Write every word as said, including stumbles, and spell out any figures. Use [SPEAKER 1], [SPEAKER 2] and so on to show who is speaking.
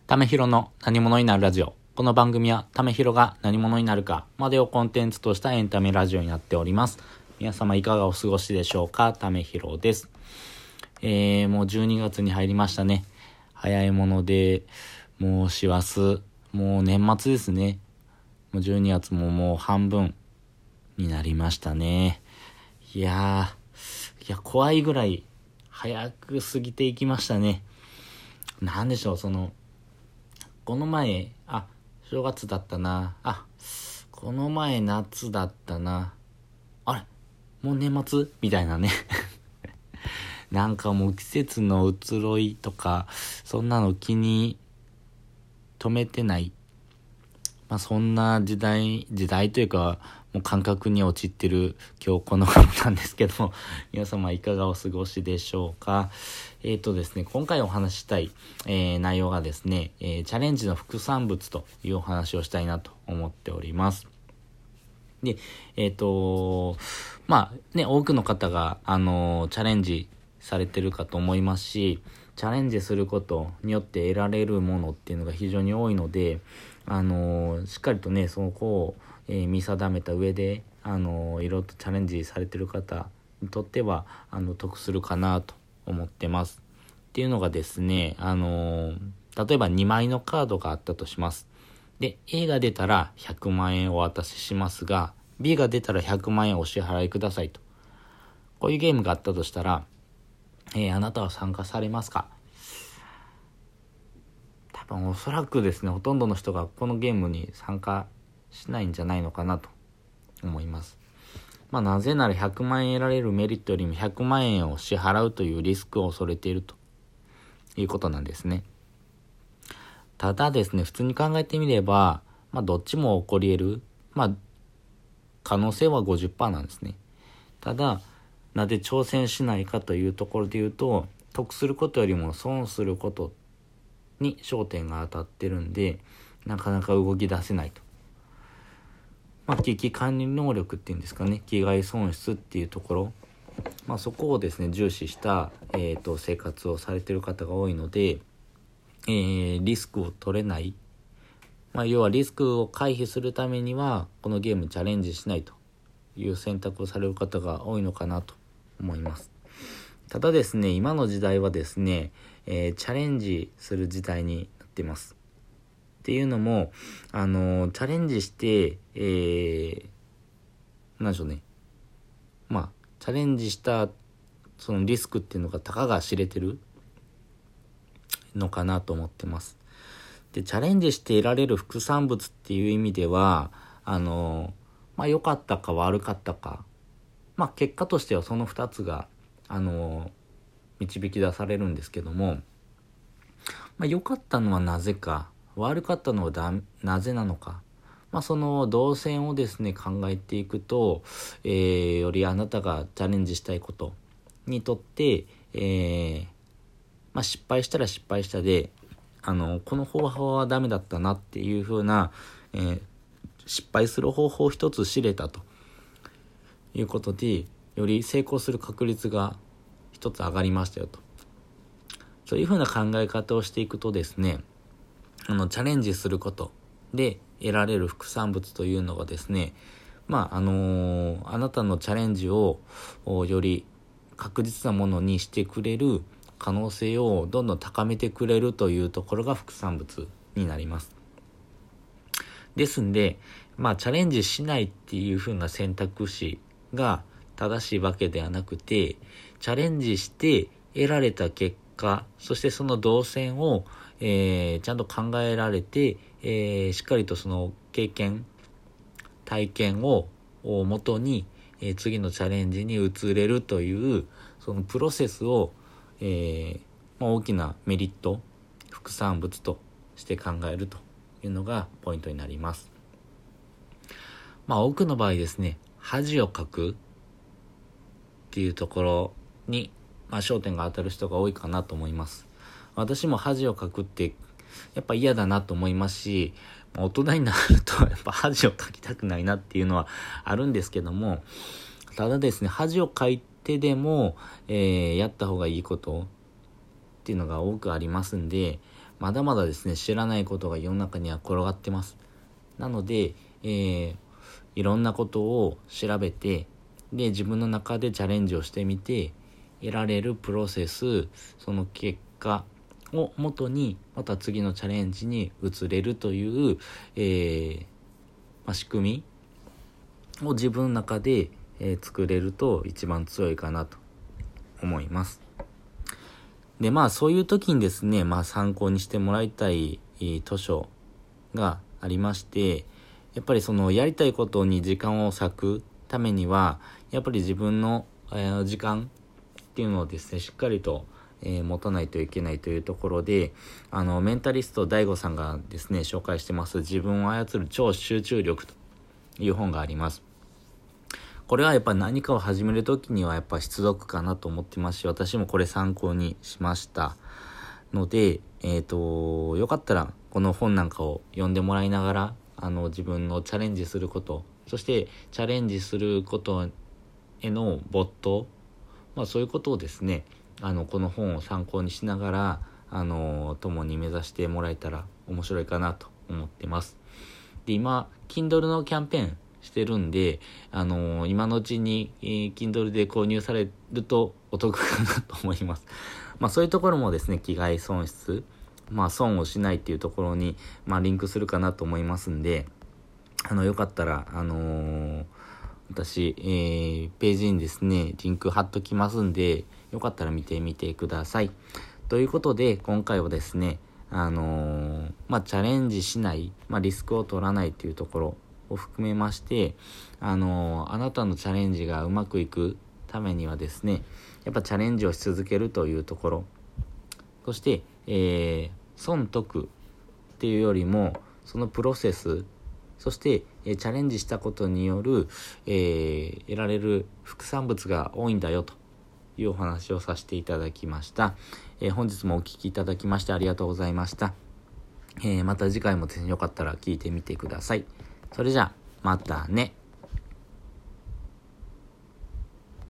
[SPEAKER 1] ためひろの何者になるラジオ。この番組はためひろが何者になるかまでをコンテンツとしたエンタメラジオになっております。皆様いかがお過ごしでしょうか。ためひろです。えー、もうじゅうにがつに入りましたね。早いもので、もう師走、もう年末ですね。もうじゅうにがつももう半分になりましたね。いやー、いや怖いぐらい早く過ぎていきましたね。なんでしょう、その、この前、あ、正月だったな。あ、この前夏だったな。あれもう年末みたいなね。なんかもう季節の移ろいとか、そんなの気に留めてない。まあそんな時代、時代というか、もう感覚に陥ってる今日この頃なんですけども、皆様いかがお過ごしでしょうか。えっとですね、今回お話ししたい、えー、内容がですね、えー、チャレンジの副産物というお話をしたいなと思っております。で、えっと、まあね、多くの方が、あのー、チャレンジされてるかと思いますし、チャレンジすることによって得られるものっていうのが非常に多いので、あのー、しっかりとね、そこを、えー、見定めた上で、あのー、いろいろとチャレンジされてる方にとっては、あの、得するかなと思ってます。っていうのがですね、あのー、例えばにまいのカードがあったとします。で、A が出たらひゃくまん円お渡ししますが、B が出たらひゃくまん円お支払いくださいと。こういうゲームがあったとしたら、えー、あなたは参加されますか？多分おそらくですね、ほとんどの人がこのゲームに参加しないんじゃないのかなと思います。まあなぜならひゃくまん円得られるメリットよりもひゃくまん円を支払うというリスクを恐れているということなんですね。ただですね、普通に考えてみれば、まあどっちも起こり得る。まあ可能性は ごじゅっパーセント なんですね。ただ、なぜ挑戦しないかというところで言うと、得することよりも損することに焦点が当たってるんで、なかなか動き出せないと。まあ危機管理能力っていうんですかね、危害損失っていうところ、まあそこをですね重視した、えーと、生活をされている方が多いので、えー、リスクを取れない、まあ要はリスクを回避するためにはこのゲームにチャレンジしないという選択をされる方が多いのかなと思います。ただですね、今の時代はですね、えー、チャレンジする時代になっています。っていうのも、あのー、チャレンジして、えー、なんでしょうね。まあ、チャレンジしたそのリスクっていうのがたかが知れてるのかなと思ってます。で、チャレンジして得られる副産物っていう意味では、あのー、まあ良かったか悪かったか、まあ結果としてはそのふたつが、あのー、導き出されるんですけども、まあ良かったのはなぜか、悪かったのはだなぜなのか、まあその動線をですね考えていくと、えー、よりあなたがチャレンジしたいことにとって、えー、まあ失敗したら失敗したで、あのこの方法はダメだったなっていう風な、えー、失敗する方法を一つ知れたということで、より成功する確率が一つ上がりましたよと。そういう風な考え方をしていくとですね、あのチャレンジすることで得られる副産物というのがですね、まああのー、あなたのチャレンジをより確実なものにしてくれる可能性をどんどん高めてくれるというところが副産物になります。ですんで、まあチャレンジしないっていう風な選択肢が正しいわけではなくて、チャレンジして得られた結果、そしてその動線を、えー、ちゃんと考えられて、えー、しっかりとその経験、体験をもとに、えー、次のチャレンジに移れるというそのプロセスを、えーまあ、大きなメリット、副産物として考えるというのがポイントになります。まあ多くの場合ですね、恥をかくっていうところに、まあ、焦点が当たる人が多いかなと思います。私も恥をかくってやっぱ嫌だなと思いますし、大人になるとやっぱ恥をかきたくないなっていうのはあるんですけども、ただですね、恥をかいてでも、えー、やった方がいいことっていうのが多くありますんで、 まだまだですね、知らないことが世の中には転がってます。なので、えー、いろんなことを調べて、で、自分の中でチャレンジをしてみて、得られるプロセス、その結果をもとに、また次のチャレンジに移れるという、えーまあ、仕組みを自分の中で、えー、作れると一番強いかなと思います。で、まあそういう時にですね、まあ参考にしてもらいたい、えー、図書がありまして、やっぱりそのやりたいことに時間を割くためには、やっぱり自分の、えー、時間っていうのをですね、しっかりと、えー、持たないといけないというところで、あの、メンタリスト ダイゴ さんがですね、紹介してます自分を操る超集中力という本があります。これはやっぱり何かを始めるときにはやっぱ必読かなと思ってますし、私もこれ参考にしましたので、えっと、よかったらこの本なんかを読んでもらいながら、あの、自分のチャレンジすること、そしてチャレンジすることへの没頭、まあそういうことをですね、あの、この本を参考にしながら、あの、共に目指してもらえたら面白いかなと思ってます。で、今、Kindle のキャンペーンしてるんで、あのー、今のうちに、えー、Kindle で購入されるとお得かなと思います。まあそういうところもですね、気概損失、まあ損をしないっていうところに、まあリンクするかなと思いますんで、あの、よかったら、あのー、私、えー、ページにですね、リンク貼っときますんで、よかったら見てみてください。ということで、今回はですね、あのー、まあチャレンジしない、まあリスクを取らないっていうところ、を含めまして、あのー、あなたのチャレンジがうまくいくためにはですね、やっぱチャレンジをし続けるというところ、そして、えー、損得っていうよりも、そのプロセス、そして、えー、チャレンジしたことによる、えー、得られる副産物が多いんだよというお話をさせていただきました。えー、本日もお聞きいただきましてありがとうございました。えー、また次回もですね、よかったら聞いてみてください。それじゃあ、またね。